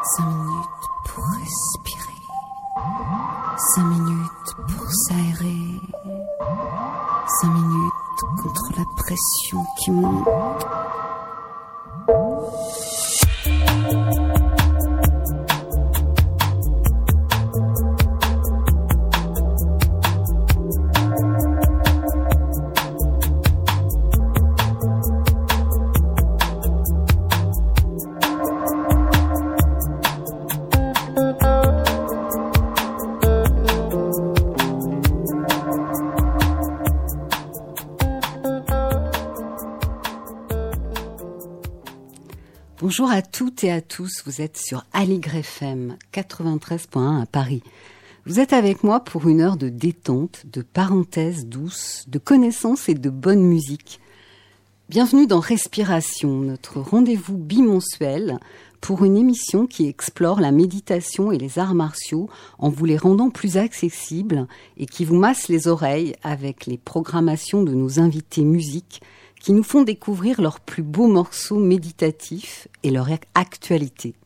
5 minutes pour respirer. 5 minutes pour s'aérer. 5 minutes contre la pression qui monte. Bonjour à toutes et à tous, vous êtes sur Aligre FM 93.1 à Paris. Vous êtes avec moi pour une heure de détente, de parenthèses douces, de connaissances et de bonne musique. Bienvenue dans Respiration, notre rendez-vous bimensuel pour une émission qui explore la méditation et les arts martiaux en vous les rendant plus accessibles et qui vous masse les oreilles avec les programmations de nos invités musiques qui nous font découvrir leurs plus beaux morceaux méditatifs et leur actualité.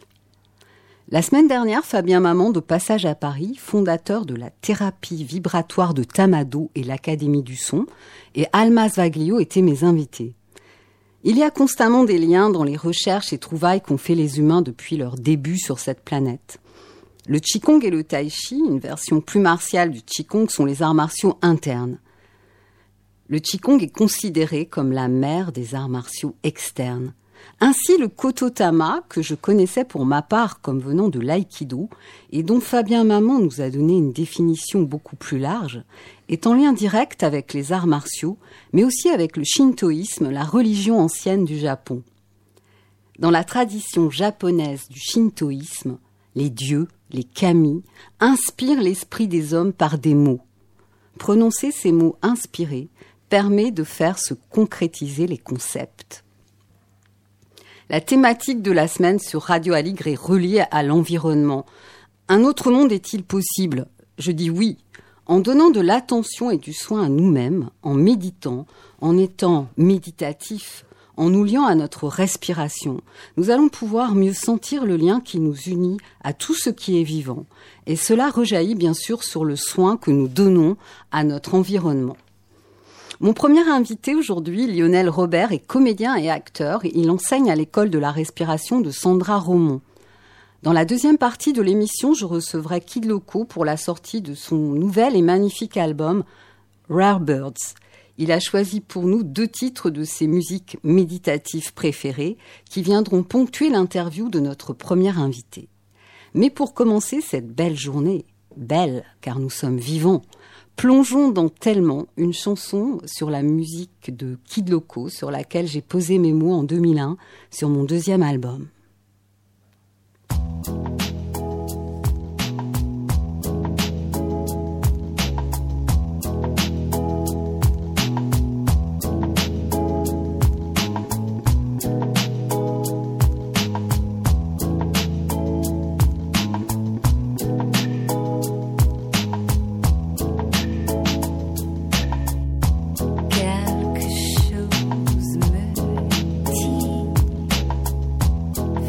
La semaine dernière, Fabien Maman, de passage à Paris, fondateur de la thérapie vibratoire de Tamado et l'Académie du Son, et Alma Zvaglio étaient mes invités. Il y a constamment des liens dans les recherches et trouvailles qu'ont fait les humains depuis leur début sur cette planète. Le Qigong et le Tai Chi, une version plus martiale du Qigong, sont les arts martiaux internes. Le Qigong est considéré comme la mère des arts martiaux externes. Ainsi, le Kototama, que je connaissais pour ma part comme venant de l'aïkido, et dont Fabien Maman nous a donné une définition beaucoup plus large, est en lien direct avec les arts martiaux, mais aussi avec le shintoïsme, la religion ancienne du Japon. Dans la tradition japonaise du shintoïsme, les dieux, les kami, inspirent l'esprit des hommes par des mots. Prononcer ces mots inspirés permet de faire se concrétiser les concepts. La thématique de la semaine sur Radio Aligre est reliée à l'environnement. Un autre monde est-il possible ? Je dis oui, en donnant de l'attention et du soin à nous-mêmes, en méditant, en étant méditatif, en nous liant à notre respiration, nous allons pouvoir mieux sentir le lien qui nous unit à tout ce qui est vivant. Et cela rejaillit bien sûr sur le soin que nous donnons à notre environnement. Mon premier invité aujourd'hui, Lionel Robert, est comédien et acteur. Il enseigne à l'école de la respiration de Sandra Romont. Dans la deuxième partie de l'émission, je recevrai Kid Loco pour la sortie de son nouvel et magnifique album Rare Birds. Il a choisi pour nous 2 titres de ses musiques méditatives préférées qui viendront ponctuer l'interview de notre premier invité. Mais pour commencer cette belle journée, belle car nous sommes vivants, plongeons dans Tellement, une chanson sur la musique de Kid Loco sur laquelle j'ai posé mes mots en 2001 sur mon 2e album. Quelque chose me dit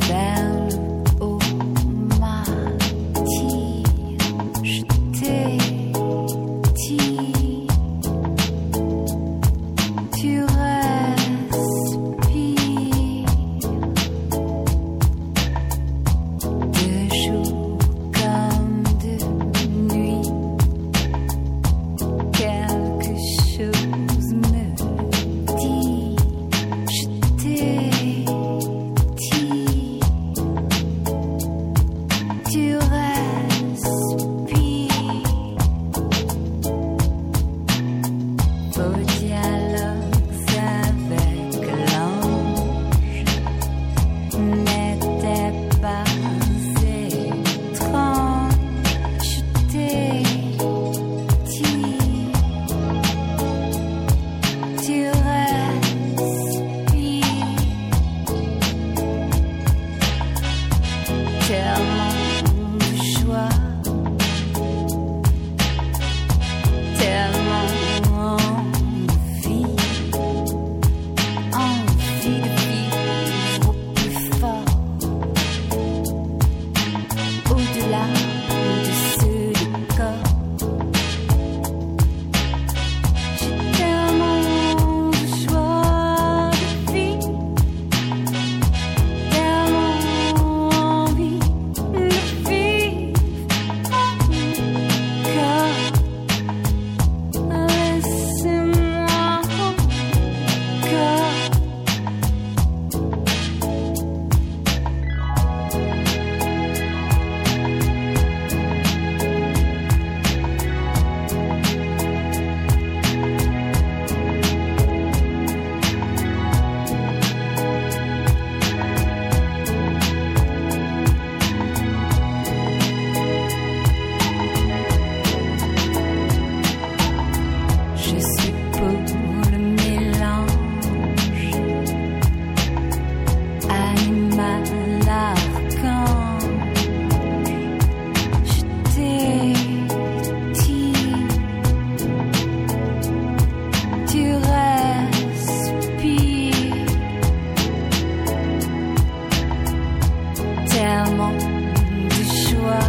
tellement de joie,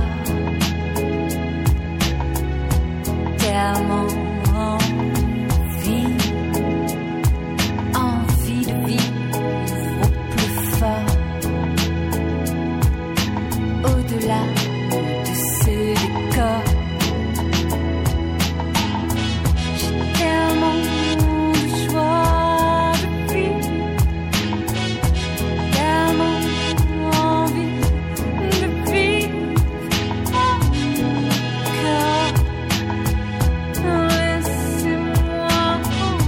tellement envie de vivre au plus fort, au-delà de ce décor. J'ai tellement de joie de vivre, tellement envie de vivre encore. Laissez-moi encore.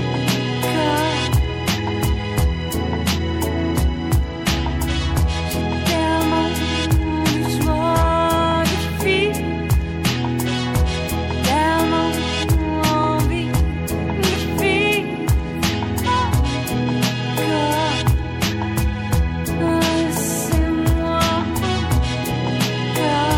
J'ai tellement de joie de vivre, tellement envie de vivre encore. Laissez-moi encore.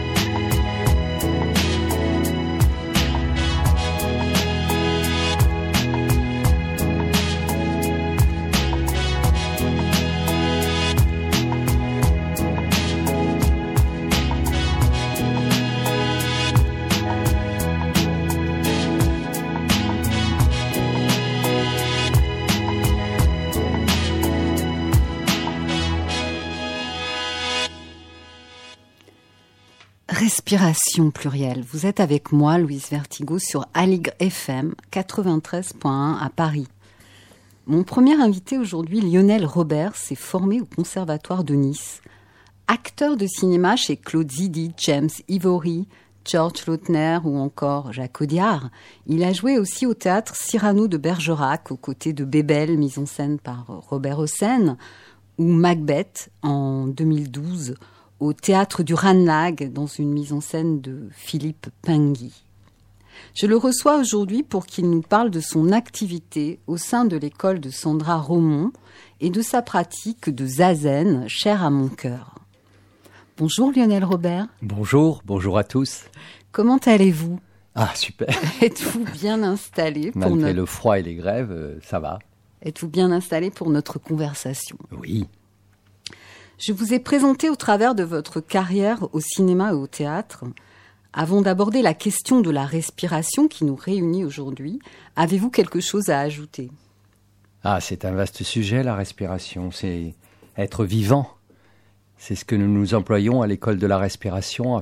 Respiration plurielle. Vous êtes avec moi, Louise Vertigo, sur Aligre FM 93.1 à Paris. Mon premier invité aujourd'hui, Lionel Robert, s'est formé au Conservatoire de Nice. Acteur de cinéma chez Claude Zidi, James Ivory, Georges Lautner ou encore Jacques Audiard. Il a joué aussi au théâtre Cyrano de Bergerac, aux côtés de Bébel, mise en scène par Robert Hossein, ou Macbeth en 2012, au théâtre du Ranelagh, dans une mise en scène de Philippe Pinguy. Je le reçois aujourd'hui pour qu'il nous parle de son activité au sein de l'école de Sandra Romont et de sa pratique de zazen, chère à mon cœur. Bonjour Lionel Robert. Bonjour à tous. Comment allez-vous ? Ah, super. Êtes-vous bien installé pour Malgré le froid et les grèves, ça va. Êtes-vous bien installé pour notre conversation ? Oui. Je vous ai présenté au travers de votre carrière au cinéma et au théâtre. Avant d'aborder la question de la respiration qui nous réunit aujourd'hui, avez-vous quelque chose à ajouter ? Ah, c'est un vaste sujet, la respiration. C'est être vivant. C'est ce que nous nous employons à l'école de la respiration,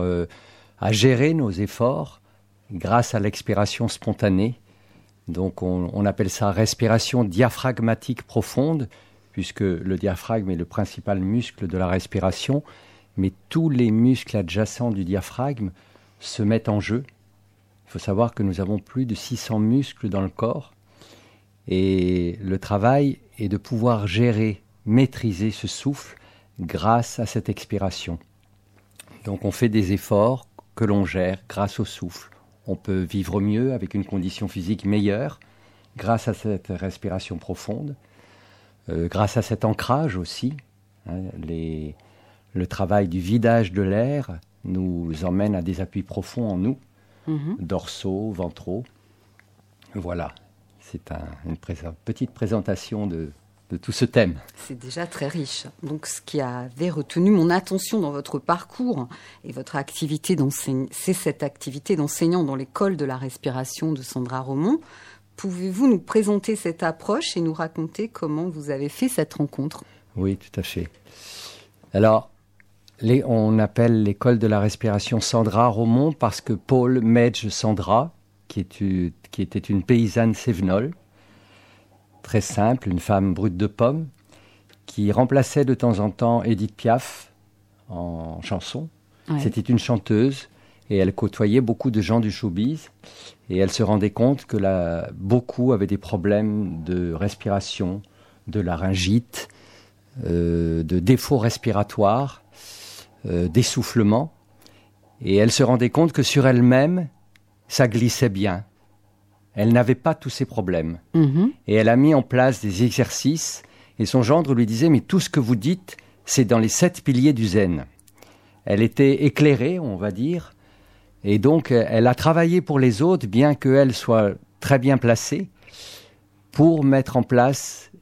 à gérer nos efforts grâce à l'expiration spontanée. Donc on appelle ça respiration diaphragmatique profonde, puisque le diaphragme est le principal muscle de la respiration, mais tous les muscles adjacents du diaphragme se mettent en jeu. Il faut savoir que nous avons plus de 600 muscles dans le corps, et le travail est de pouvoir gérer, maîtriser ce souffle grâce à cette expiration. Donc on fait des efforts que l'on gère grâce au souffle. On peut vivre mieux avec une condition physique meilleure grâce à cette respiration profonde. Grâce à cet ancrage aussi, le travail du vidage de l'air nous emmène à des appuis profonds en nous, dorsaux, ventraux. Voilà, c'est une petite présentation de tout ce thème. C'est déjà très riche. Donc ce qui avait retenu mon attention dans votre parcours et votre activité d'enseignant, c'est cette activité d'enseignant dans l'école de la respiration de Sandra Romont. Pouvez-vous nous présenter cette approche et nous raconter comment vous avez fait cette rencontre ? Oui, tout à fait. Alors, on appelle l'école de la respiration Sandra Romont parce que Paul Medge Sandra, qui était une paysanne cévenole, très simple, une femme brute de pomme, qui remplaçait de temps en temps Édith Piaf en chanson. Ouais. C'était une chanteuse et elle côtoyait beaucoup de gens du showbiz. Et elle se rendait compte que beaucoup avaient des problèmes de respiration, de laryngite, de défauts respiratoires, d'essoufflement. Et elle se rendait compte que sur elle-même, ça glissait bien. Elle n'avait pas tous ces problèmes. Et elle a mis en place des exercices. Et son gendre lui disait « Mais tout ce que vous dites, c'est dans les 7 piliers du zen ». Elle était éclairée, on va dire. Et donc, elle a travaillé pour les autres, bien qu'elle soit très bien placée, pour mettre en place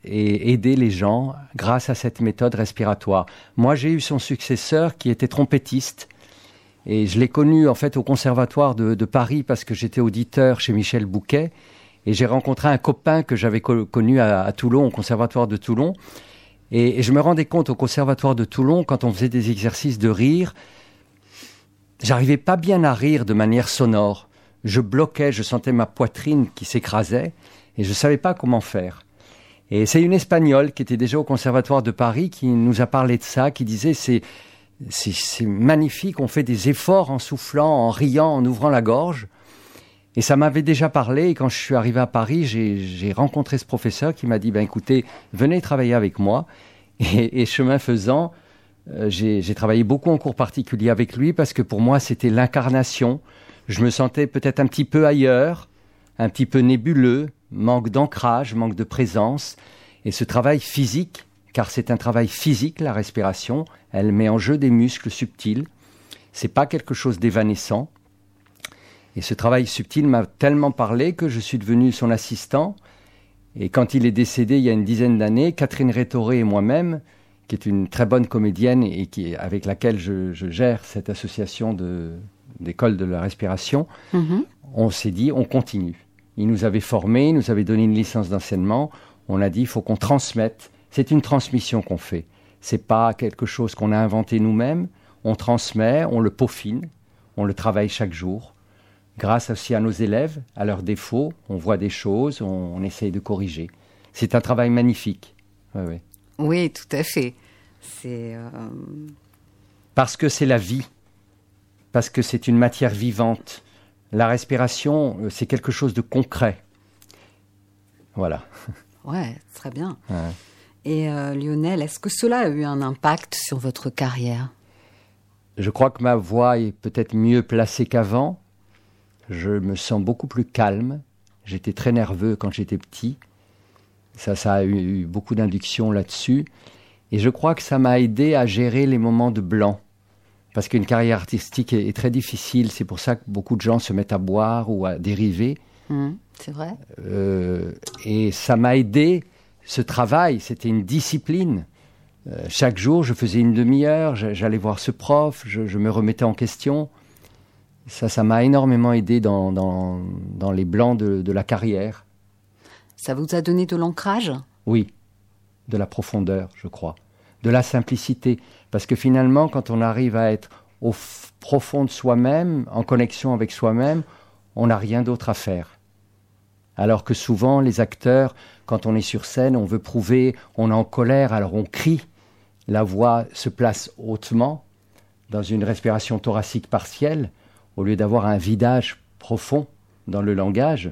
et aider les gens grâce à cette méthode respiratoire. Moi, j'ai eu son successeur qui était trompettiste et je l'ai connu en fait au Conservatoire de Paris parce que j'étais auditeur chez Michel Bouquet et j'ai rencontré un copain que j'avais connu à Toulon, au Conservatoire de Toulon. Et je me rendais compte au Conservatoire de Toulon, quand on faisait des exercices de rire, j'arrivais pas bien à rire de manière sonore. Je bloquais, je sentais ma poitrine qui s'écrasait et je savais pas comment faire. Et c'est une Espagnole qui était déjà au Conservatoire de Paris qui nous a parlé de ça, qui disait c'est magnifique, on fait des efforts en soufflant, en riant, en ouvrant la gorge. Et ça m'avait déjà parlé, et quand je suis arrivé à Paris, j'ai rencontré ce professeur qui m'a dit, écoutez, venez travailler avec moi. Et chemin faisant, j'ai travaillé beaucoup en cours particulier avec lui, parce que pour moi, c'était l'incarnation. Je me sentais peut-être un petit peu ailleurs, un petit peu nébuleux, manque d'ancrage, manque de présence. Et ce travail physique, car c'est un travail physique, la respiration, elle met en jeu des muscles subtils. C'est pas quelque chose d'évanescent. Et ce travail subtil m'a tellement parlé que je suis devenu son assistant. Et quand il est décédé il y a une dizaine d'années, Catherine Rétoré et moi-même, qui est une très bonne comédienne et avec laquelle je gère cette association d'école de la respiration, on s'est dit, on continue. Il nous avait formés, il nous avait donné une licence d'enseignement. On a dit, il faut qu'on transmette. C'est une transmission qu'on fait. C'est pas quelque chose qu'on a inventé nous-mêmes. On transmet, on le peaufine, on le travaille chaque jour. Grâce aussi à nos élèves, à leurs défauts, on voit des choses, on essaye de corriger. C'est un travail magnifique. Oui. Oui, tout à fait. Parce que c'est la vie, parce que c'est une matière vivante. La respiration, c'est quelque chose de concret. Voilà. Ouais, très bien. Ouais. Et Lionel, est-ce que cela a eu un impact sur votre carrière ? Je crois que ma voix est peut-être mieux placée qu'avant. Je me sens beaucoup plus calme. J'étais très nerveux quand j'étais petit. Ça a eu beaucoup d'induction là-dessus. Et je crois que ça m'a aidé à gérer les moments de blanc. Parce qu'une carrière artistique est très difficile. C'est pour ça que beaucoup de gens se mettent à boire ou à dériver. C'est vrai. Et ça m'a aidé, ce travail. C'était une discipline. Chaque jour, je faisais une demi-heure. J'allais voir ce prof. Je me remettais en question. Ça m'a énormément aidé dans les blancs de la carrière. Ça vous a donné de l'ancrage ? Oui, de la profondeur, je crois. De la simplicité. Parce que finalement, quand on arrive à être au profond de soi-même, en connexion avec soi-même, on n'a rien d'autre à faire. Alors que souvent, les acteurs, quand on est sur scène, on veut prouver, on est en colère, alors on crie. La voix se place hautement, dans une respiration thoracique partielle, au lieu d'avoir un vidage profond dans le langage.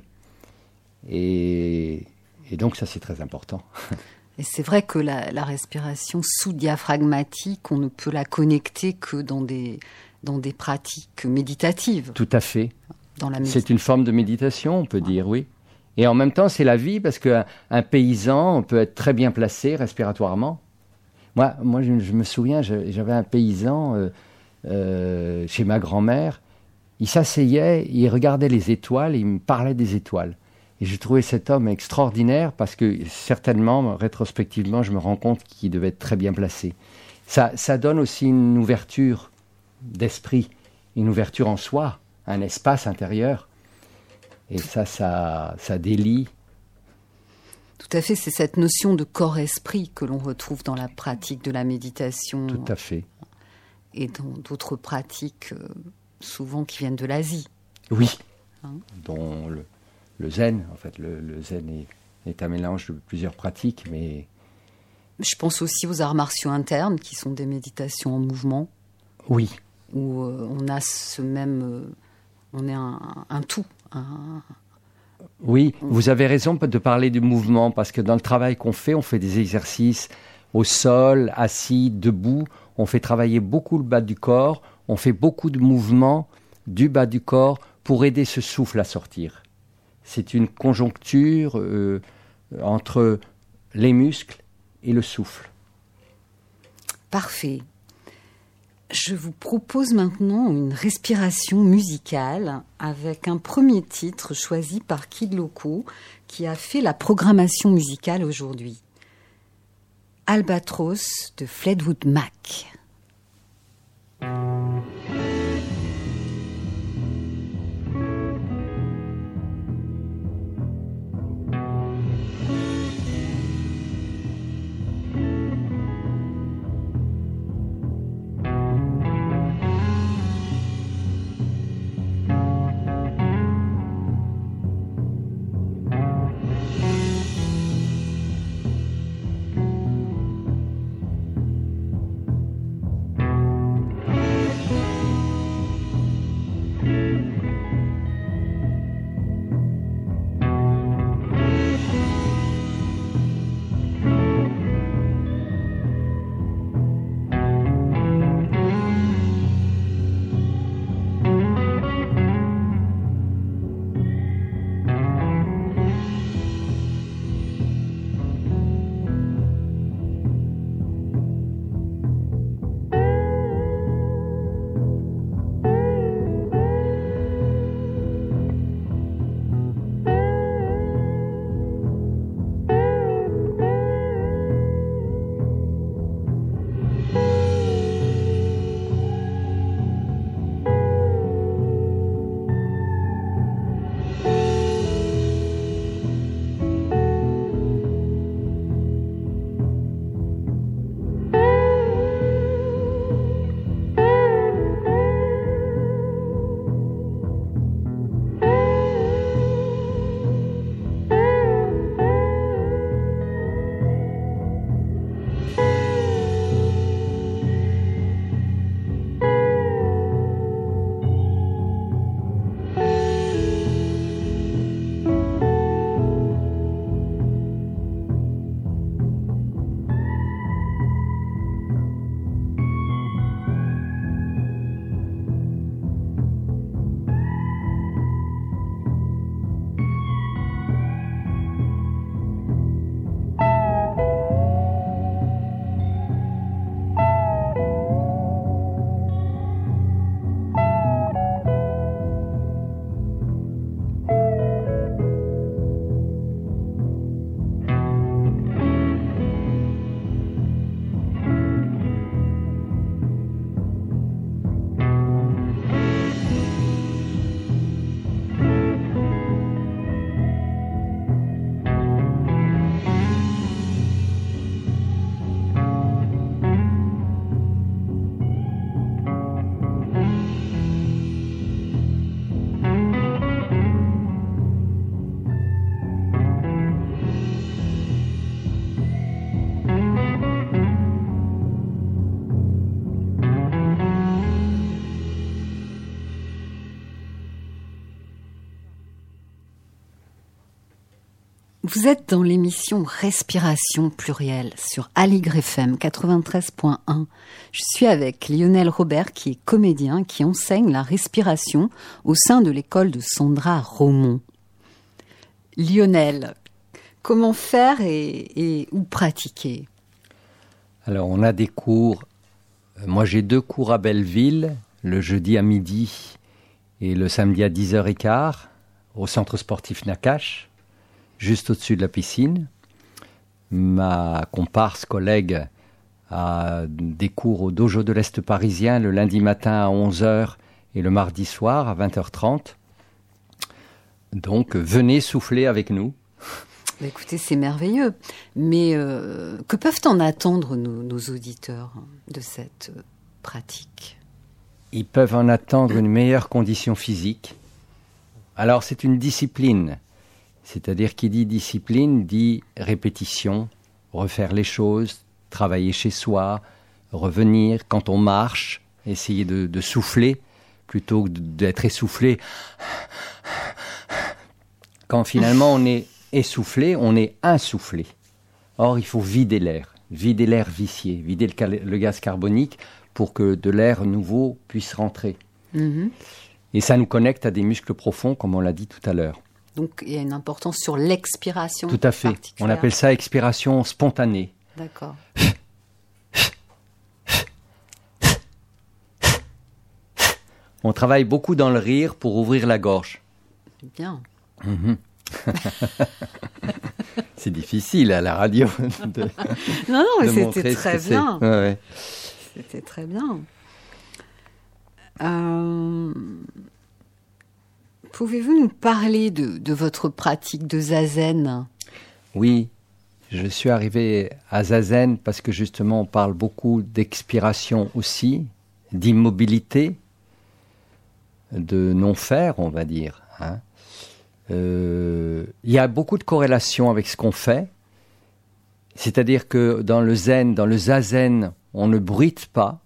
Et donc ça, c'est très important. Et c'est vrai que la respiration sous-diaphragmatique, on ne peut la connecter que dans des pratiques méditatives. Tout à fait. Dans la c'est une forme de méditation, on peut dire, oui. Et en même temps, c'est la vie, parce qu'un paysan peut être très bien placé respiratoirement. Moi je me souviens, j'avais un paysan chez ma grand-mère. Il s'asseyait, il regardait les étoiles, et il me parlait des étoiles. Et je trouvais cet homme extraordinaire parce que certainement, rétrospectivement, je me rends compte qu'il devait être très bien placé. Ça donne aussi une ouverture d'esprit, une ouverture en soi, un espace intérieur. Et ça délie. Tout à fait, c'est cette notion de corps-esprit que l'on retrouve dans la pratique de la méditation. Tout à fait. Et dans d'autres pratiques... souvent qui viennent de l'Asie. Oui, dont le zen. En fait, le zen est un mélange de plusieurs pratiques, mais... Je pense aussi aux arts martiaux internes, qui sont des méditations en mouvement. Oui. Où on a ce même... on est un tout. Oui, vous avez raison de parler du mouvement, parce que dans le travail qu'on fait, on fait des exercices au sol, assis, debout. On fait travailler beaucoup le bas du corps. On fait beaucoup de mouvements du bas du corps pour aider ce souffle à sortir. C'est une conjoncture entre les muscles et le souffle. Parfait. Je vous propose maintenant une respiration musicale avec un premier titre choisi par Kid Loco qui a fait la programmation musicale aujourd'hui. Albatros de Fleetwood Mac. Vous êtes dans l'émission Respiration plurielle sur Aligre FM 93.1. Je suis avec Lionel Robert qui est comédien, qui enseigne la respiration au sein de l'école de Sandra Romont. Lionel, comment faire et où pratiquer? Alors, on a des cours. Moi, j'ai 2 cours à Belleville, le jeudi à midi et le samedi à 10h15, au centre sportif Nakache, juste au-dessus de la piscine. Ma comparse, collègue, a des cours au Dojo de l'Est parisien le lundi matin à 11h et le mardi soir à 20h30. Donc, venez souffler avec nous. Écoutez, c'est merveilleux. Mais que peuvent en attendre nos auditeurs de cette pratique? Ils peuvent en attendre une meilleure condition physique. Alors, c'est une discipline. C'est-à-dire, qui dit discipline, dit répétition, refaire les choses, travailler chez soi, revenir quand on marche, essayer de souffler, plutôt que d'être essoufflé. Quand finalement on est essoufflé, on est insoufflé. Or, il faut vider l'air vicié, vider le gaz carbonique pour que de l'air nouveau puisse rentrer. Mmh. Et ça nous connecte à des muscles profonds, comme on l'a dit tout à l'heure. Donc, il y a une importance sur l'expiration. Tout à fait. On appelle ça expiration spontanée. D'accord. On travaille beaucoup dans le rire pour ouvrir la gorge. Bien. Mmh. C'est difficile à la radio de, Non, mais de c'était montrer ce très que bien. c'est. Ouais, ouais. C'était très bien. Pouvez-vous nous parler de votre pratique de zazen? Oui, je suis arrivé à Zazen parce que justement on parle beaucoup d'expiration aussi, d'immobilité, de non-faire, on va dire. Hein. Il y a beaucoup de corrélations avec ce qu'on fait. C'est-à-dire que dans le zen, dans le zazen, on ne bruite pas,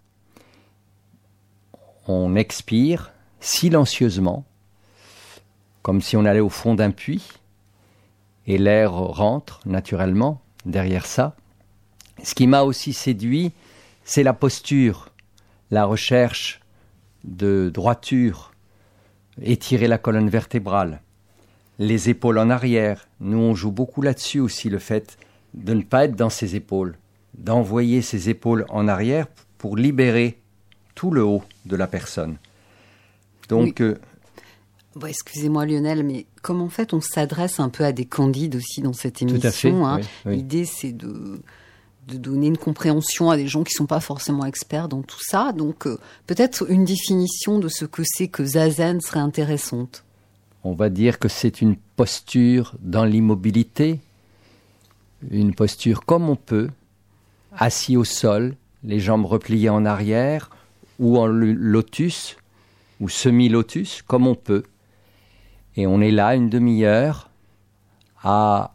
on expire silencieusement, comme si on allait au fond d'un puits, et l'air rentre naturellement derrière ça. Ce qui m'a aussi séduit, c'est la posture, la recherche de droiture, étirer la colonne vertébrale, les épaules en arrière. Nous, on joue beaucoup là-dessus aussi, le fait de ne pas être dans ses épaules, d'envoyer ses épaules en arrière pour libérer tout le haut de la personne. Donc, Oui. Bon, excusez-moi Lionel, mais comme en fait on s'adresse un peu à des candides aussi dans cette émission, tout à fait, hein, oui, oui. l'idée c'est de donner une compréhension à des gens qui sont pas forcément experts dans tout ça. Donc peut-être une définition de ce que c'est que zazen serait intéressante. On va dire que c'est une posture dans l'immobilité, une posture comme on peut, assis au sol, les jambes repliées en arrière, ou en lotus, ou semi-lotus, comme on peut. Et on est là une demi-heure à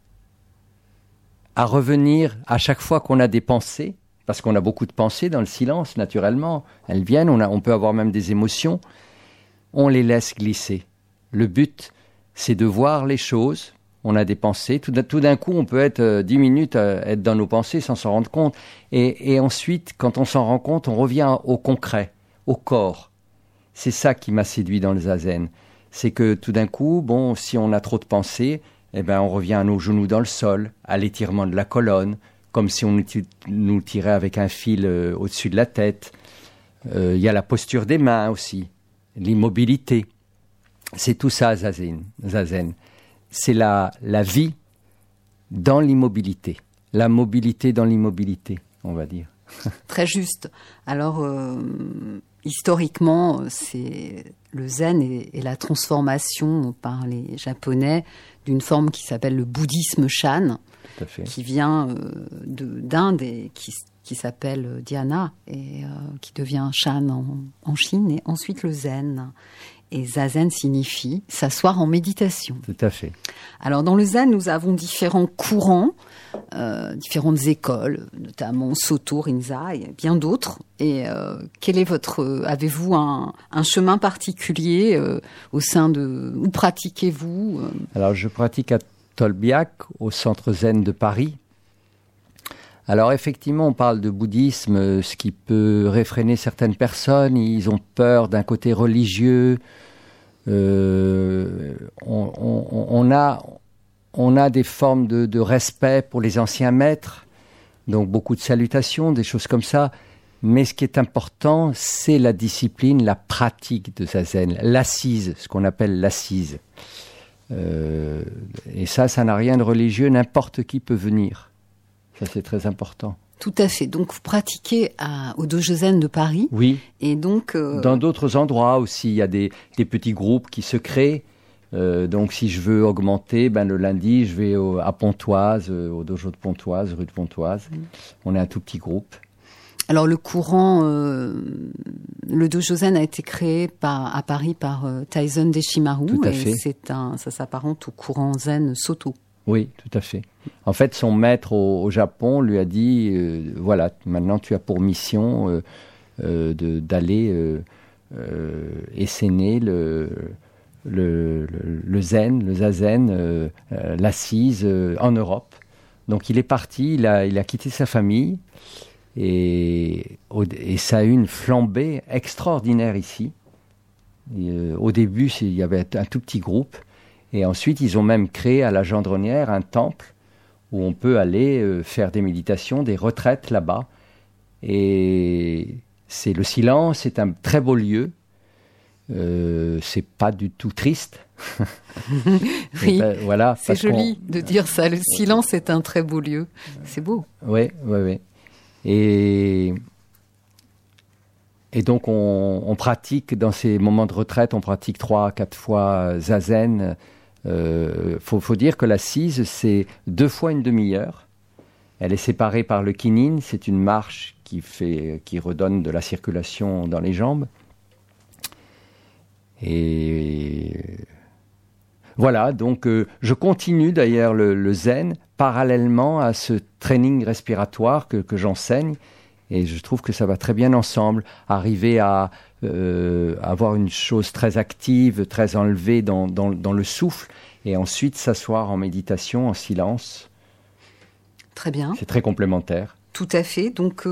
revenir à chaque fois qu'on a des pensées, parce qu'on a beaucoup de pensées dans le silence, naturellement. Elles viennent, on peut avoir même des émotions. On les laisse glisser. Le but, c'est de voir les choses. On a des pensées. Tout d'un coup, on peut être 10 minutes à être dans nos pensées sans s'en rendre compte. Et ensuite, quand on s'en rend compte, on revient au concret, au corps. C'est ça qui m'a séduit dans le zazen. C'est que tout d'un coup, bon, si on a trop de pensées, eh ben, on revient à nos genoux dans le sol, à l'étirement de la colonne, comme si on nous tirait avec un fil au-dessus de la tête. Il y a la posture des mains aussi, l'immobilité. C'est tout ça, zazen. C'est la vie dans l'immobilité. La mobilité dans l'immobilité, on va dire. Très juste. Alors, historiquement, c'est le zen et la transformation par les Japonais d'une forme qui s'appelle le bouddhisme Shan, Tout à fait. qui vient d'Inde et qui s'appelle Dhyana et qui devient Shan en Chine, et ensuite le zen. Et zazen signifie s'asseoir en méditation. Tout à fait. Alors dans le zen, nous avons différents courants, différentes écoles, notamment Soto, Rinzai et bien d'autres. Et quel est avez-vous un chemin particulier au sein de... Où pratiquez-vous Alors, je pratique à Tolbiac, au centre zen de Paris. Alors, effectivement, on parle de bouddhisme, ce qui peut réfréner certaines personnes. Ils ont peur d'un côté religieux. On a des formes de respect pour les anciens maîtres, donc beaucoup de salutations, des choses comme ça. Mais ce qui est important, c'est la discipline, la pratique de zazen, l'assise, ce qu'on appelle l'assise. Et ça n'a rien de religieux, n'importe qui peut venir. Ça, c'est très important. Tout à fait. Donc, vous pratiquez au Dojo Zen de Paris. Oui. Et donc... Dans d'autres endroits aussi, il y a des petits groupes qui se créent. Donc, si je veux augmenter, le lundi, je vais à Pontoise, au Dojo de Pontoise, rue de Pontoise. On est un tout petit groupe. Alors, le courant, le Dojo Zen a été créé à Paris par Taizen Deshimaru. Tout à fait. Et ça s'apparente au courant Zen Soto. Oui, tout à fait. En fait, son maître au Japon lui a dit, voilà, maintenant tu as pour mission d'aller essayer le zen, le zazen, l'assise en Europe. Donc il est parti, il a quitté sa famille et ça a eu une flambée extraordinaire ici. Au début, il y avait un tout petit groupe. Et ensuite, ils ont même créé à la Gendronnière un temple où on peut aller faire des méditations, des retraites là-bas. Et c'est le silence, c'est un très beau lieu. C'est pas du tout triste. Oui, voilà, c'est parce joli de dire ça. Le silence est un très beau lieu. C'est beau. Oui. Et donc, on pratique, dans ces moments de retraite, on pratique 3-4 fois zazen. Faut dire que l'assise, c'est 2 fois une demi-heure. Elle est séparée par le kinin, c'est une marche qui redonne de la circulation dans les jambes. Et voilà, donc je continue d'ailleurs le zen parallèlement à ce training respiratoire que j'enseigne. Et je trouve que ça va très bien ensemble, arriver à avoir une chose très active, très enlevée dans le souffle, et ensuite s'asseoir en méditation, en silence. Très bien. C'est très complémentaire. Tout à fait. Donc,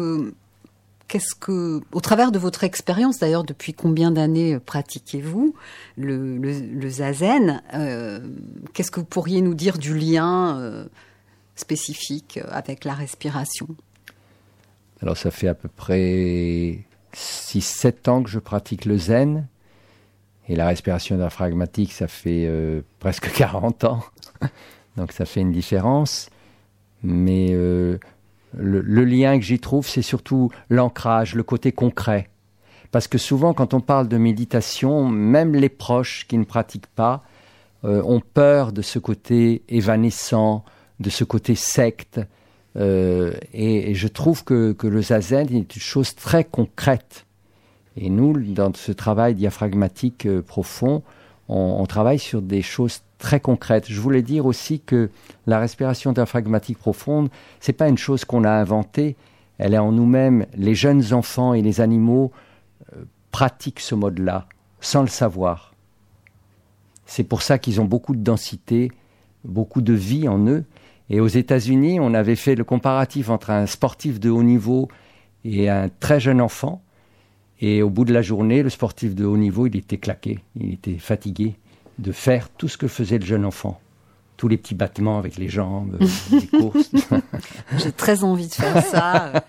au travers de votre expérience, d'ailleurs, depuis combien d'années pratiquez-vous le zazen, qu'est-ce que vous pourriez nous dire du lien spécifique avec la respiration ? Alors, ça fait à peu près 6-7 ans que je pratique le zen. Et la respiration diaphragmatique, ça fait presque 40 ans. Donc, ça fait une différence. Mais le lien que j'y trouve, c'est surtout l'ancrage, le côté concret. Parce que souvent, quand on parle de méditation, même les proches qui ne pratiquent pas ont peur de ce côté évanescent, de ce côté secte. Et je trouve que le zazen est une chose très concrète. Et nous, dans ce travail diaphragmatique profond, on travaille sur des choses très concrètes. Je voulais dire aussi que la respiration diaphragmatique profonde, c'est pas une chose qu'on a inventée, elle est en nous-mêmes. Les jeunes enfants et les animaux pratiquent ce mode-là, sans le savoir. C'est pour ça qu'ils ont beaucoup de densité, beaucoup de vie en eux. Et aux États-Unis, on avait fait le comparatif entre un sportif de haut niveau et un très jeune enfant. Et au bout de la journée, le sportif de haut niveau, il était claqué, il était fatigué de faire tout ce que faisait le jeune enfant. Tous les petits battements avec les jambes, les courses. J'ai très envie de faire ça.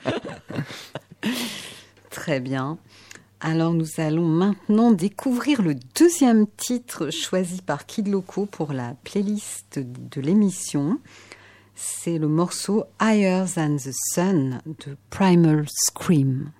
Très bien. Alors nous allons maintenant découvrir le deuxième titre choisi par Kid Loco pour la playlist de l'émission. C'est le morceau Higher Than the Sun de Primal Scream.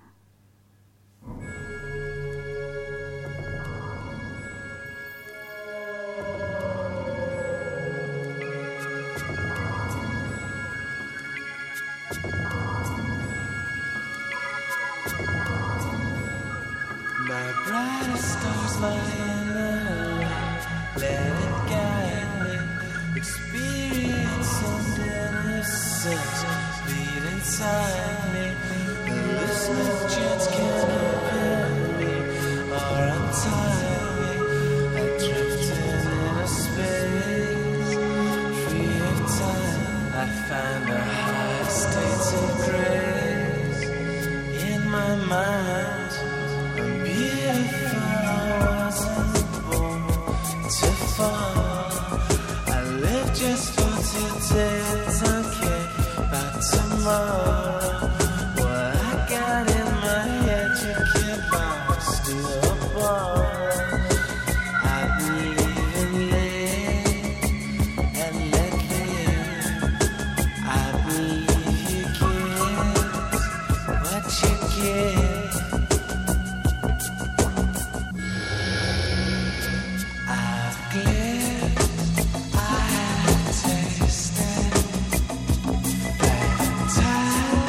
My brightest stars lying there, let it guide me. Experience and innocence beat inside me. The looseness chance can open me or untie me. I drifted in a space free of time. I find a high state of grace in my mind. Beautiful, I wasn't born to fall. I live just for today, don't care about tomorrow. What I got in my head, you can't buy, steal a ball. I believe in live and let live. I believe you get what you get. Time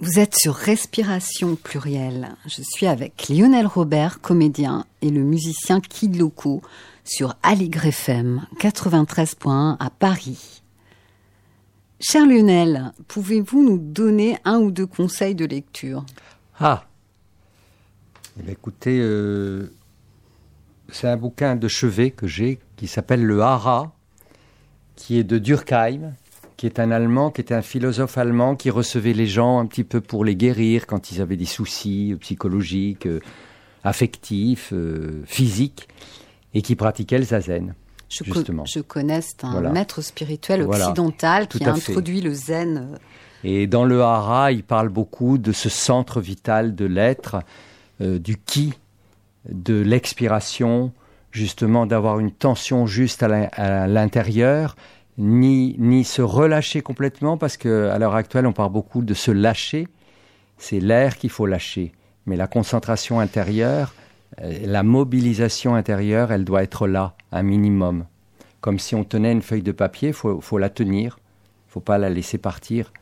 Vous êtes sur Respiration Plurielle. Je suis avec Lionel Robert, comédien, et le musicien Kid Loco sur Aligre FM 93.1 à Paris. Cher Lionel, pouvez-vous nous donner un ou deux conseils de lecture ? Ah, eh bien, écoutez, c'est un bouquin de chevet que j'ai qui s'appelle Le Hara, qui est de Durkheim, qui est un Allemand, qui était un philosophe allemand qui recevait les gens un petit peu pour les guérir quand ils avaient des soucis psychologiques, affectifs, physiques, et qui pratiquait le zazen, justement. Je connais, c'est un Voilà. maître spirituel Voilà. occidental Tout qui à a fait. introduit le zen. Et dans le hara, il parle beaucoup de ce centre vital de l'être, du ki, de l'expiration, justement d'avoir une tension juste à l'intérieur, ni se relâcher complètement, parce qu'à l'heure actuelle, on parle beaucoup de se lâcher. C'est l'air qu'il faut lâcher. Mais la concentration intérieure, la mobilisation intérieure, elle doit être là, un minimum. Comme si on tenait une feuille de papier, il faut la tenir. Il ne faut pas la laisser partir.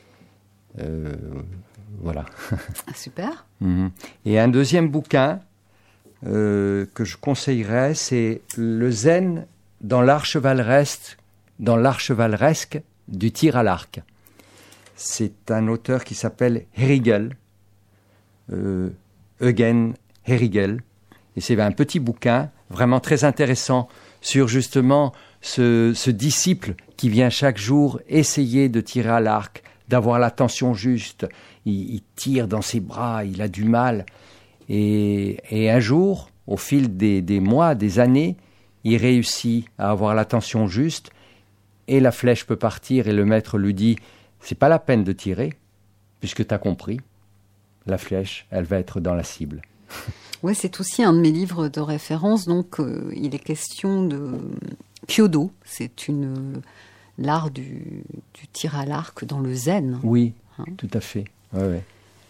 Voilà. Ah, super. Et un deuxième bouquin que je conseillerais, c'est Le Zen dans l'art chevaleresque du tir à l'arc. C'est un auteur qui s'appelle Herrigel, Eugen Herrigel. Et c'est un petit bouquin vraiment très intéressant sur justement ce disciple qui vient chaque jour essayer de tirer à l'arc, d'avoir la tension juste. Il tire dans ses bras, il a du mal. Et un jour, au fil des mois, des années, il réussit à avoir la tension juste et la flèche peut partir et le maître lui dit « c'est pas la peine de tirer puisque tu as compris, la flèche, elle va être dans la cible ». Ouais, c'est aussi un de mes livres de référence. Donc, il est question de Kyodo. C'est l'art du tir à l'arc dans le zen. Oui, Hein. tout à fait. Ouais, ouais.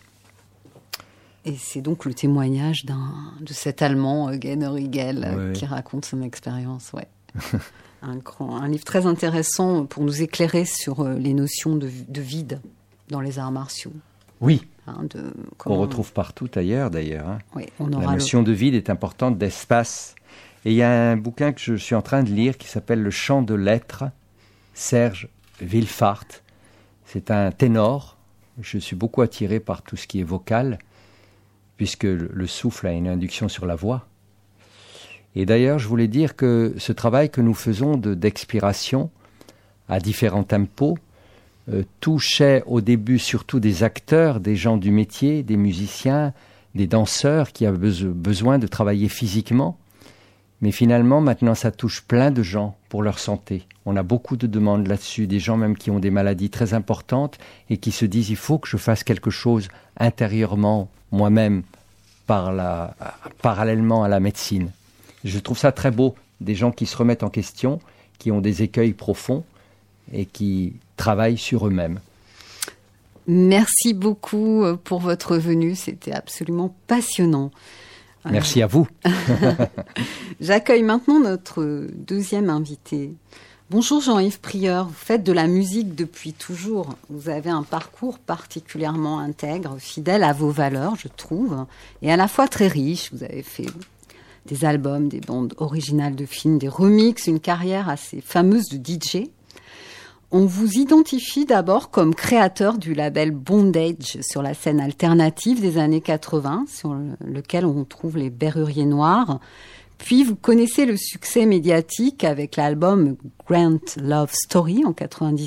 Et c'est donc le témoignage de cet Allemand, Eugen Herrigel, Ouais. qui raconte son expérience. Ouais. Un livre très intéressant pour nous éclairer sur les notions de vide dans les arts martiaux. Oui, Hein, qu'on retrouve partout ailleurs d'ailleurs. Hein. Oui, on La aura notion de vide est importante, d'espace. Et il y a un bouquin que je suis en train de lire qui s'appelle Le chant de l'être, Serge Villefart. C'est un ténor. Je suis beaucoup attiré par tout ce qui est vocal, puisque le souffle a une induction sur la voix. Et d'ailleurs, je voulais dire que ce travail que nous faisons d'expiration à différents tempos touchait au début surtout des acteurs, des gens du métier, des musiciens, des danseurs qui avaient besoin de travailler physiquement. Mais finalement, maintenant, ça touche plein de gens pour leur santé. On a beaucoup de demandes là-dessus, des gens même qui ont des maladies très importantes et qui se disent « il faut que je fasse quelque chose intérieurement, moi-même, parallèlement à la médecine ». Je trouve ça très beau, des gens qui se remettent en question, qui ont des écueils profonds et qui travaillent sur eux-mêmes. Merci beaucoup pour votre venue, c'était absolument passionnant. Merci à vous. J'accueille maintenant notre deuxième invité. Bonjour Jean-Yves Prieur, vous faites de la musique depuis toujours. Vous avez un parcours particulièrement intègre, fidèle à vos valeurs, je trouve, et à la fois très riche. Vous avez fait des albums, des bandes originales de films, des remixes, une carrière assez fameuse de DJ. On vous identifie d'abord comme créateur du label Bondage sur la scène alternative des années 80, sur lequel on trouve les Berruriers Noirs. Puis vous connaissez le succès médiatique avec l'album Grand Love Story en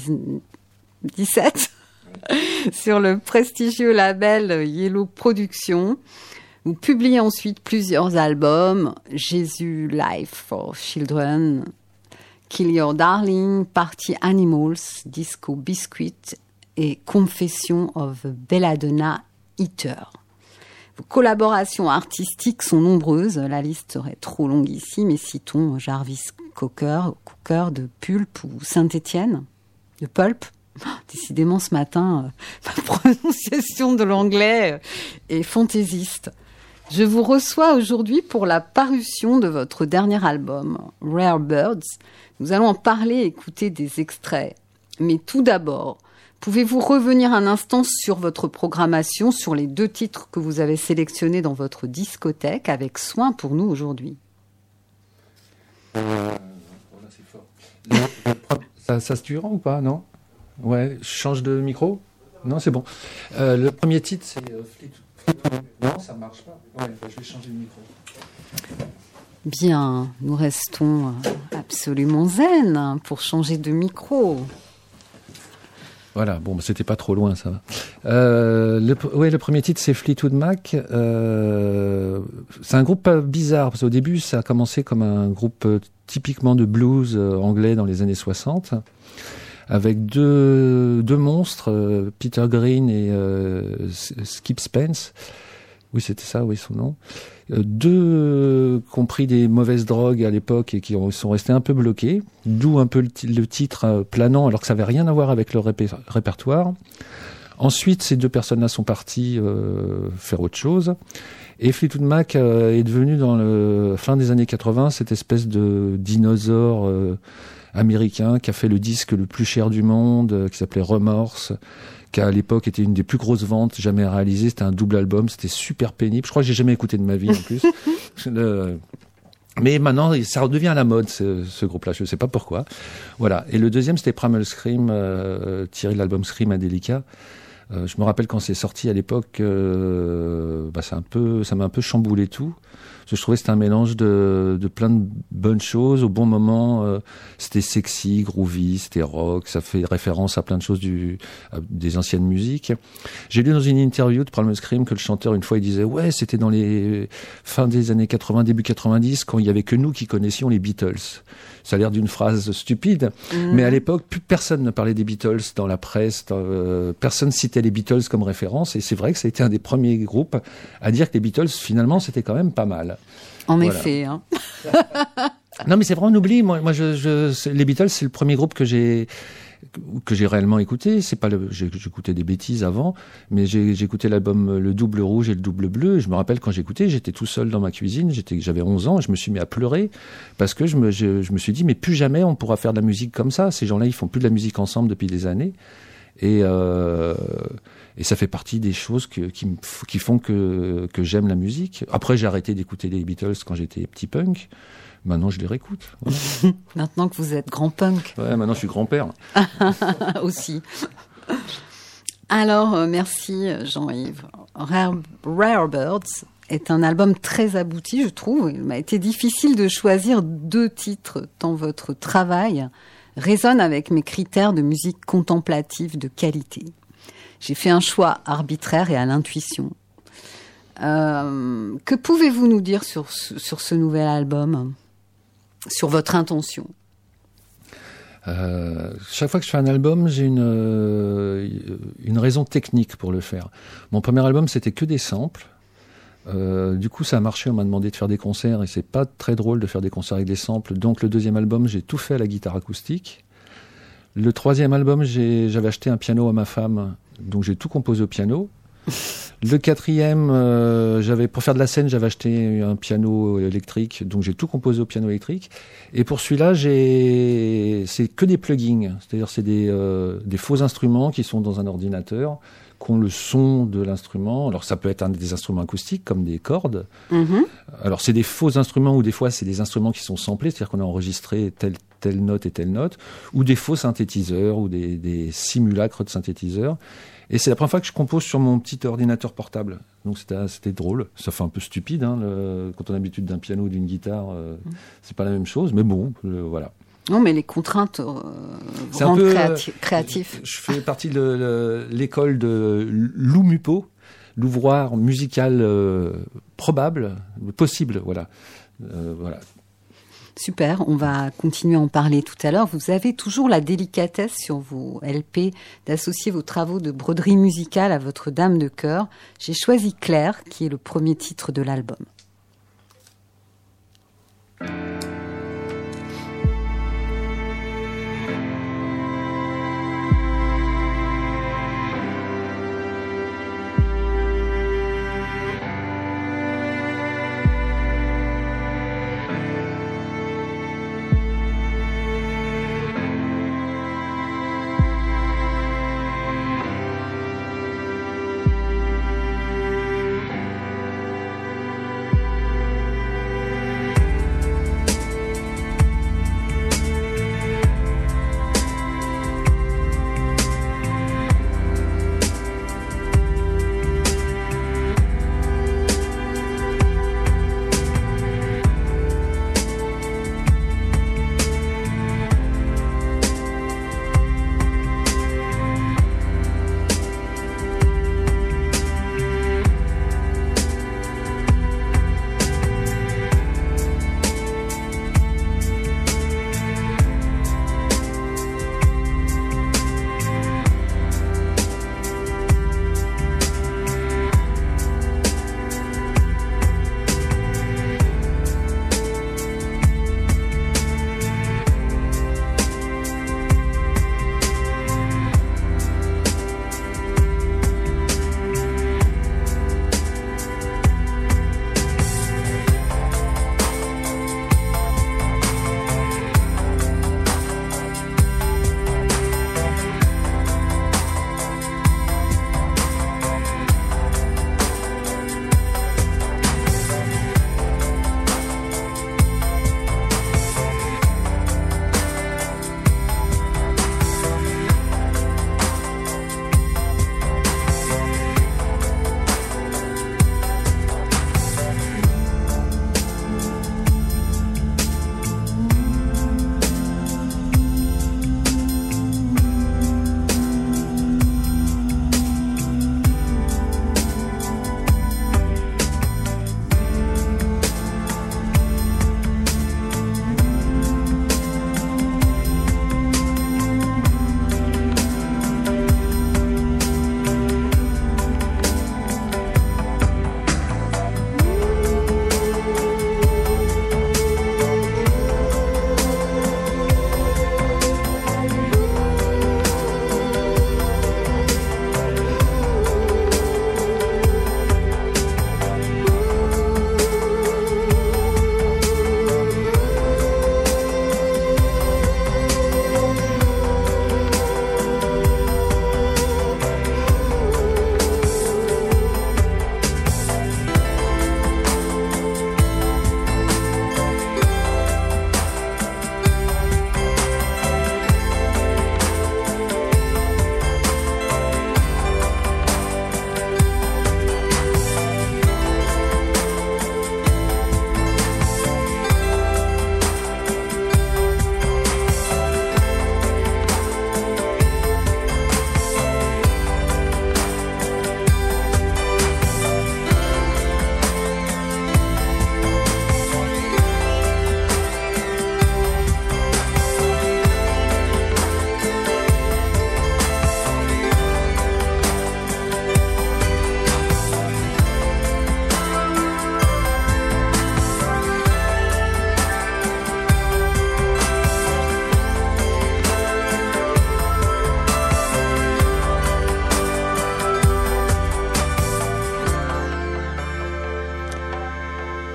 97 sur le prestigieux label Yellow Productions. Vous publiez ensuite plusieurs albums, Jésus Life for Children, Kill Your Darling, Party Animals, Disco Biscuit et Confession of a Belladonna Eater. Vos collaborations artistiques sont nombreuses, la liste serait trop longue ici, mais citons Jarvis Cocker de Pulp ou Saint-Étienne de Pulp. Décidément ce matin, ma prononciation de l'anglais est fantaisiste. Je vous reçois aujourd'hui pour la parution de votre dernier album, Rare Birds. Nous allons en parler et écouter des extraits. Mais tout d'abord, pouvez-vous revenir un instant sur votre programmation, sur les 2 titres que vous avez sélectionnés dans votre discothèque avec soin pour nous aujourd'hui? C'est fort. Ça se durera ou pas, non? Ouais, je change de micro? Non, c'est bon. Le premier titre, c'est Fleetwood. Non, ça marche pas. Ouais, je vais changer de micro. Bien, nous restons absolument zen pour changer de micro. Voilà, bon, c'était pas trop loin, ça va. Le premier titre, c'est Fleetwood Mac. C'est un groupe bizarre, parce qu'au début, ça a commencé comme un groupe typiquement de blues anglais dans les années 60, avec deux monstres, Peter Green et Skip Spence. Oui, c'était ça, oui, son nom. Deux qui ont pris des mauvaises drogues à l'époque et qui sont restés un peu bloqués, d'où un peu le titre planant, alors que ça n'avait rien à voir avec leur répertoire. Ensuite, ces 2 personnes-là sont parties faire autre chose. Et Fleetwood Mac est devenu, dans le fin des années 80, cette espèce de dinosaure américain qui a fait le disque le plus cher du monde, qui s'appelait Remorse, qui à l'époque était une des plus grosses ventes jamais réalisées. C'était un double album, c'était super pénible. Je crois que j'ai jamais écouté de ma vie en plus. Mais maintenant, ça redevient à la mode, ce groupe-là. Je ne sais pas pourquoi. Voilà. Et le deuxième, c'était Primal Scream, tiré de l'album Screamadelica. Je me rappelle quand c'est sorti à l'époque, ça m'a un peu chamboulé tout. Parce que je trouvais que c'était un mélange de plein de bonnes choses. Au bon moment, c'était sexy, groovy, c'était rock. Ça fait référence à plein de choses des anciennes musiques. J'ai lu dans une interview de Primal Scream que le chanteur, une fois, il disait « Ouais, c'était dans les fins des années 80, début 90, quand il y avait que nous qui connaissions les Beatles. » Ça a l'air d'une phrase stupide, mais à l'époque, plus personne ne parlait des Beatles dans la presse, personne citait les Beatles comme référence, et c'est vrai que ça a été un des premiers groupes à dire que les Beatles, finalement, c'était quand même pas mal. En Voilà. effet. Hein. Non, mais c'est vrai, on oublie. Moi, les Beatles, c'est le premier groupe que j'ai réellement écouté. C'est pas j'écoutais des bêtises avant, mais j'ai écouté l'album Le Double Rouge et Le Double Bleu. Et je me rappelle quand j'écoutais, j'étais tout seul dans ma cuisine. J'avais 11 ans et je me suis mis à pleurer parce que je me suis dit, mais plus jamais on pourra faire de la musique comme ça. Ces gens-là, ils font plus de la musique ensemble depuis des années. Et ça fait partie des choses qui font que j'aime la musique. Après, j'ai arrêté d'écouter les Beatles quand j'étais petit punk. Maintenant, je les réécoute. Voilà. Maintenant que vous êtes grand punk. Ouais, maintenant, je suis grand-père. Aussi. Alors, merci Jean-Yves. Rare Birds est un album très abouti, je trouve. Il m'a été difficile de choisir 2 titres tant votre travail résonne avec mes critères de musique contemplative de qualité. J'ai fait un choix arbitraire et à l'intuition. Que pouvez-vous nous dire sur ce nouvel album ? Sur votre intention? Chaque fois que je fais un album, j'ai une raison technique pour le faire. Mon premier album, c'était que des samples. Du coup, ça a marché. On m'a demandé de faire des concerts et c'est pas très drôle de faire des concerts avec des samples. Donc, le deuxième album, j'ai tout fait à la guitare acoustique. Le troisième album, j'avais acheté un piano à ma femme, donc j'ai tout composé au piano. Le quatrième, pour faire de la scène, j'avais acheté un piano électrique, donc j'ai tout composé au piano électrique. Et pour celui-là, c'est que des plugins, c'est-à-dire c'est des faux instruments qui sont dans un ordinateur, qui ont le son de l'instrument. Alors ça peut être des instruments acoustiques comme des cordes. Mm-hmm. Alors c'est des faux instruments ou des fois c'est des instruments qui sont samplés, c'est-à-dire qu'on a enregistré telle note et telle note, ou des faux synthétiseurs ou des simulacres de synthétiseurs. Et c'est la première fois que je compose sur mon petit ordinateur portable. Donc c'était drôle. Ça fait un peu stupide, hein, quand on a l'habitude d'un piano ou d'une guitare, c'est pas la même chose, mais bon, voilà. Non, mais les contraintes rendent créatif. Je fais partie de l'école de l'OUMUPO, l'ouvroir musical probable, possible, voilà. Voilà. Super, on va continuer à en parler tout à l'heure. Vous avez toujours la délicatesse sur vos LP d'associer vos travaux de broderie musicale à votre dame de cœur. J'ai choisi Claire, qui est le premier titre de l'album.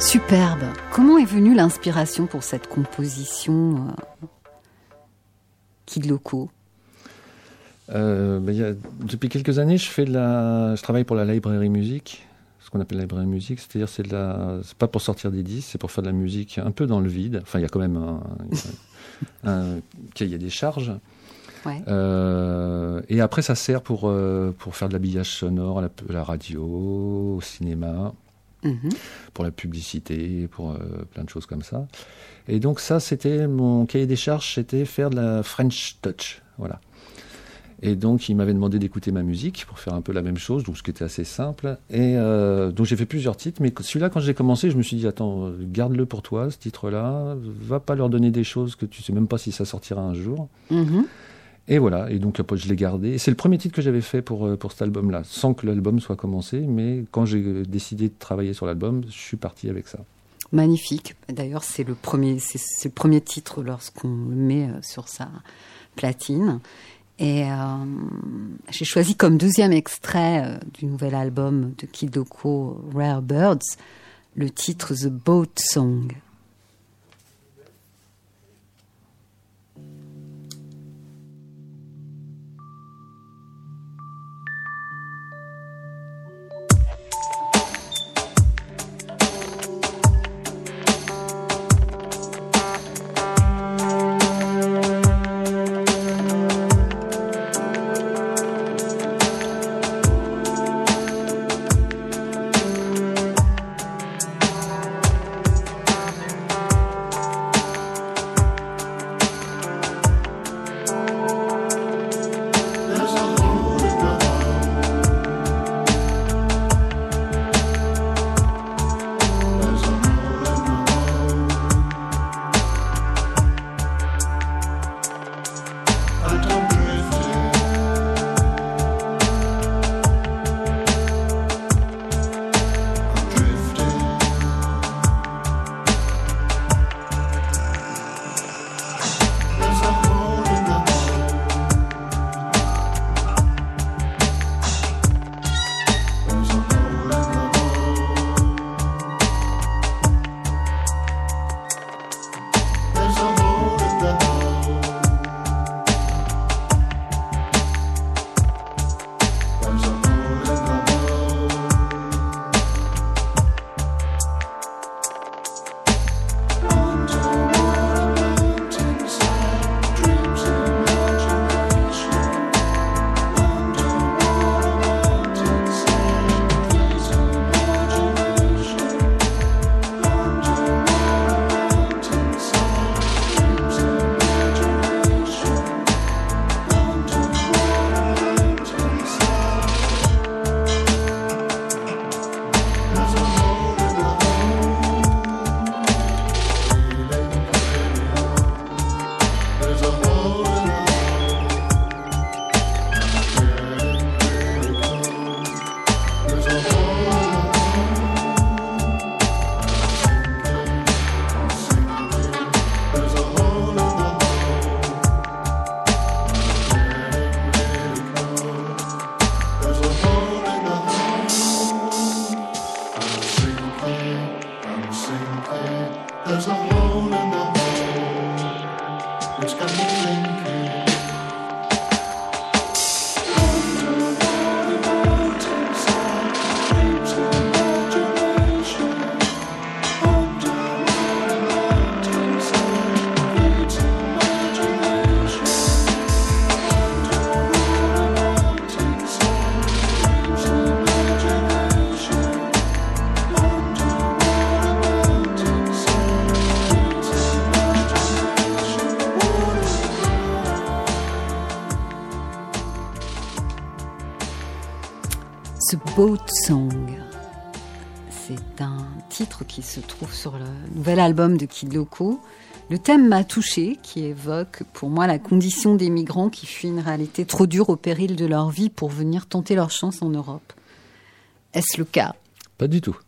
Superbe. Comment est venue l'inspiration pour cette composition Kid Loco? Depuis quelques années, je travaille pour la librairie musique, ce qu'on appelle la librairie musique, c'est-à-dire c'est pas pour sortir des disques, c'est pour faire de la musique un peu dans le vide. Enfin, il y a quand même un cahier des charges. Ouais. Et après, ça sert pour faire de l'habillage sonore à la radio, au cinéma, pour la publicité, pour plein de choses comme ça. Et donc ça, c'était mon cahier des charges, c'était faire de la French Touch, voilà. Et donc, il m'avait demandé d'écouter ma musique pour faire un peu la même chose, donc ce qui était assez simple. Et donc, j'ai fait plusieurs titres, mais celui-là, quand j'ai commencé, je me suis dit, attends, garde-le pour toi, ce titre-là, va pas leur donner des choses que tu sais même pas si ça sortira un jour. Et voilà, et donc après, je l'ai gardé. Et c'est le premier titre que j'avais fait pour cet album-là, sans que l'album soit commencé, mais quand j'ai décidé de travailler sur l'album, je suis parti avec ça. Magnifique. D'ailleurs, c'est le premier titre lorsqu'on le met sur sa platine. Et j'ai choisi comme deuxième extrait du nouvel album de Kid Loco, Rare Birds, le titre The Boat Song. The Boat Song, c'est un titre qui se trouve sur le nouvel album de Kid Loco. Le thème m'a touché, qui évoque pour moi la condition des migrants qui fuient une réalité trop dure au péril de leur vie pour venir tenter leur chance en Europe. Est-ce le cas? Pas du tout.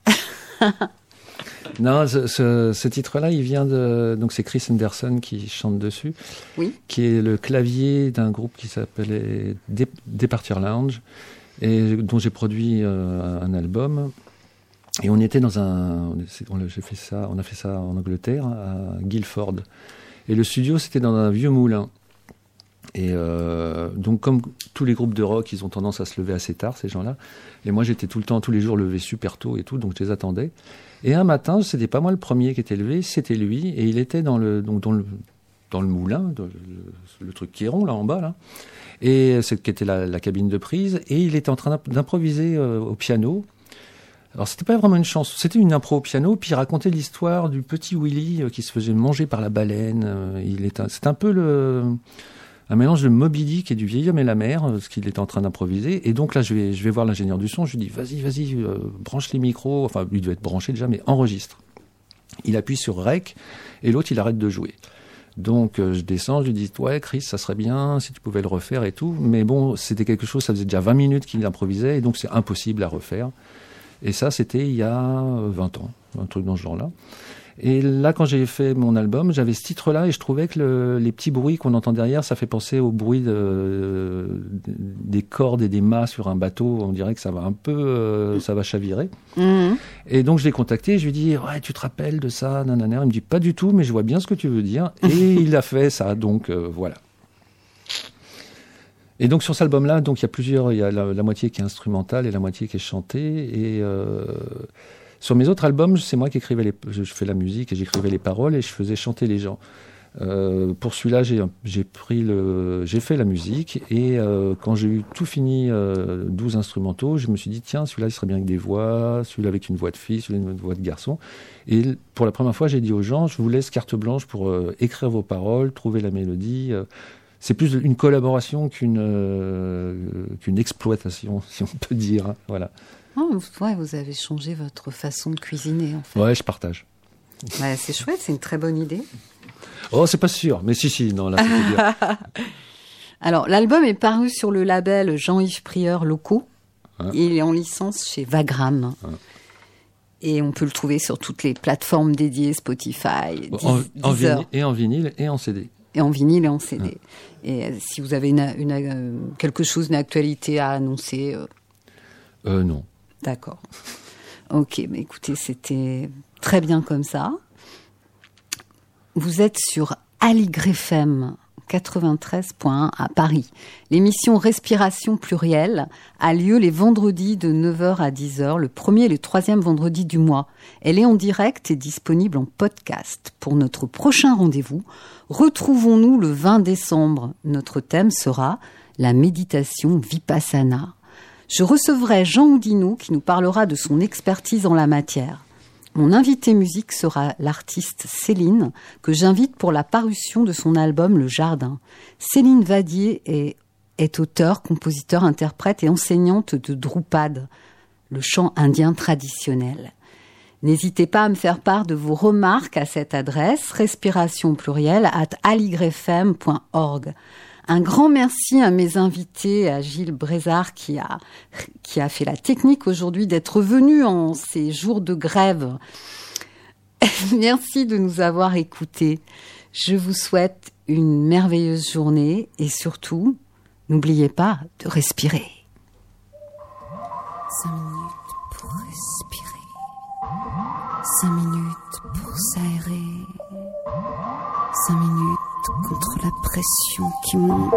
Non, ce titre-là, il vient de... Donc c'est Chris Anderson qui chante dessus, oui, qui est le clavier d'un groupe qui s'appelait Departure Lounge, et dont j'ai produit un album. Et on était dans on a fait ça en Angleterre, à Guildford. Et le studio, c'était dans un vieux moulin. Et donc, comme tous les groupes de rock, ils ont tendance à se lever assez tard, ces gens-là. Et moi, j'étais tous les jours levé super tôt et tout, donc je les attendais. Et un matin, c'était pas moi le premier qui était levé, c'était lui. Et il était dans le moulin, le truc qui est rond, là, en bas, là. Et qui était la cabine de prise. Et il était en train d'improviser au piano. Alors, c'était pas vraiment une chanson, c'était une impro au piano, puis il racontait l'histoire du petit Willy qui se faisait manger par la baleine. C'est un peu un mélange de Moby Dick et du vieil homme et la mer, ce qu'il était en train d'improviser. Et donc là, je vais voir l'ingénieur du son, je lui dis, vas-y, branche les micros. Enfin, lui devait être branché déjà, mais enregistre. Il appuie sur Rec, et l'autre, il arrête de jouer. Donc, je descends, je lui dis, ouais, Chris, ça serait bien si tu pouvais le refaire et tout. Mais bon, c'était quelque chose, ça faisait déjà 20 minutes qu'il improvisait, et donc c'est impossible à refaire. Et ça, c'était il y a 20 ans, un truc dans ce genre-là. Et là, quand j'ai fait mon album, j'avais ce titre-là et je trouvais que les petits bruits qu'on entend derrière, ça fait penser au bruit des cordes et des mâts sur un bateau. On dirait que ça va un peu, ça va chavirer. Mmh. Et donc, je l'ai contacté, je lui ai dit, ouais, tu te rappelles de ça, nanana. Il me dit, pas du tout, mais je vois bien ce que tu veux dire. Et il a fait ça, donc voilà. Et donc sur cet album-là, donc il y a la moitié qui est instrumentale et la moitié qui est chantée. Et sur mes autres albums, c'est moi qui écrivais je fais la musique et j'écrivais les paroles et je faisais chanter les gens. Pour celui-là, j'ai fait la musique et quand j'ai eu tout fini, 12 instrumentaux, je me suis dit tiens, celui-là il serait bien avec des voix, celui-là avec une voix de fille, celui-là avec une voix de garçon. Et pour la première fois, j'ai dit aux gens, je vous laisse carte blanche pour écrire vos paroles, trouver la mélodie. C'est plus une collaboration qu'une exploitation, si on peut dire. Hein, voilà. Oh, ouais, vous avez changé votre façon de cuisiner, en fait. Ouais, je partage. Ouais, c'est chouette, c'est une très bonne idée. Oh, c'est pas sûr, mais si, non, là, c'était bien. Alors, l'album est paru sur le label Jean-Yves Prieur Locaux. Hein? Il est en licence chez Vagram. Hein? Et on peut le trouver sur toutes les plateformes dédiées, Spotify, Deezer. En vinyle et en CD. Et en vinyle et en CD. Et si vous avez quelque chose, une actualité à annoncer non. D'accord. Ok, mais écoutez, c'était très bien comme ça. Vous êtes sur Aligre FM 93.1 à Paris. L'émission Respiration Plurielle a lieu les vendredis de 9h à 10h, le premier et le troisième vendredi du mois. Elle est en direct et disponible en podcast. Pour notre prochain rendez-vous, retrouvons-nous le 20 décembre. Notre thème sera la méditation Vipassana. Je recevrai Jean Oudinot qui nous parlera de son expertise en la matière. Mon invité musique sera l'artiste Céline, que j'invite pour la parution de son album Le Jardin. Céline Vadier est auteure, compositeur, interprète et enseignante de Drupad, le chant indien traditionnel. N'hésitez pas à me faire part de vos remarques à cette adresse, respiration_plurielle@aligrefm.org. Un grand merci à mes invités, à Gilles Brézard qui a fait la technique aujourd'hui, d'être venu en ces jours de grève. Merci de nous avoir écoutés. Je vous souhaite une merveilleuse journée et surtout, n'oubliez pas de respirer. 5 minutes pour respirer. 5 minutes pour s'aérer. 5 minutes contre la pression qui monte.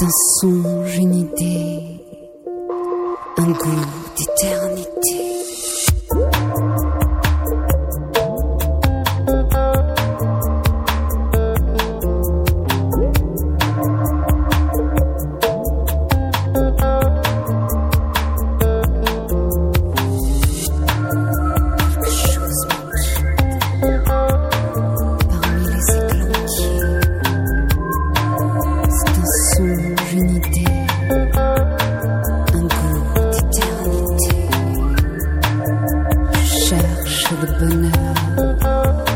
un songe, une idée, un goût d'éternité. Le bonheur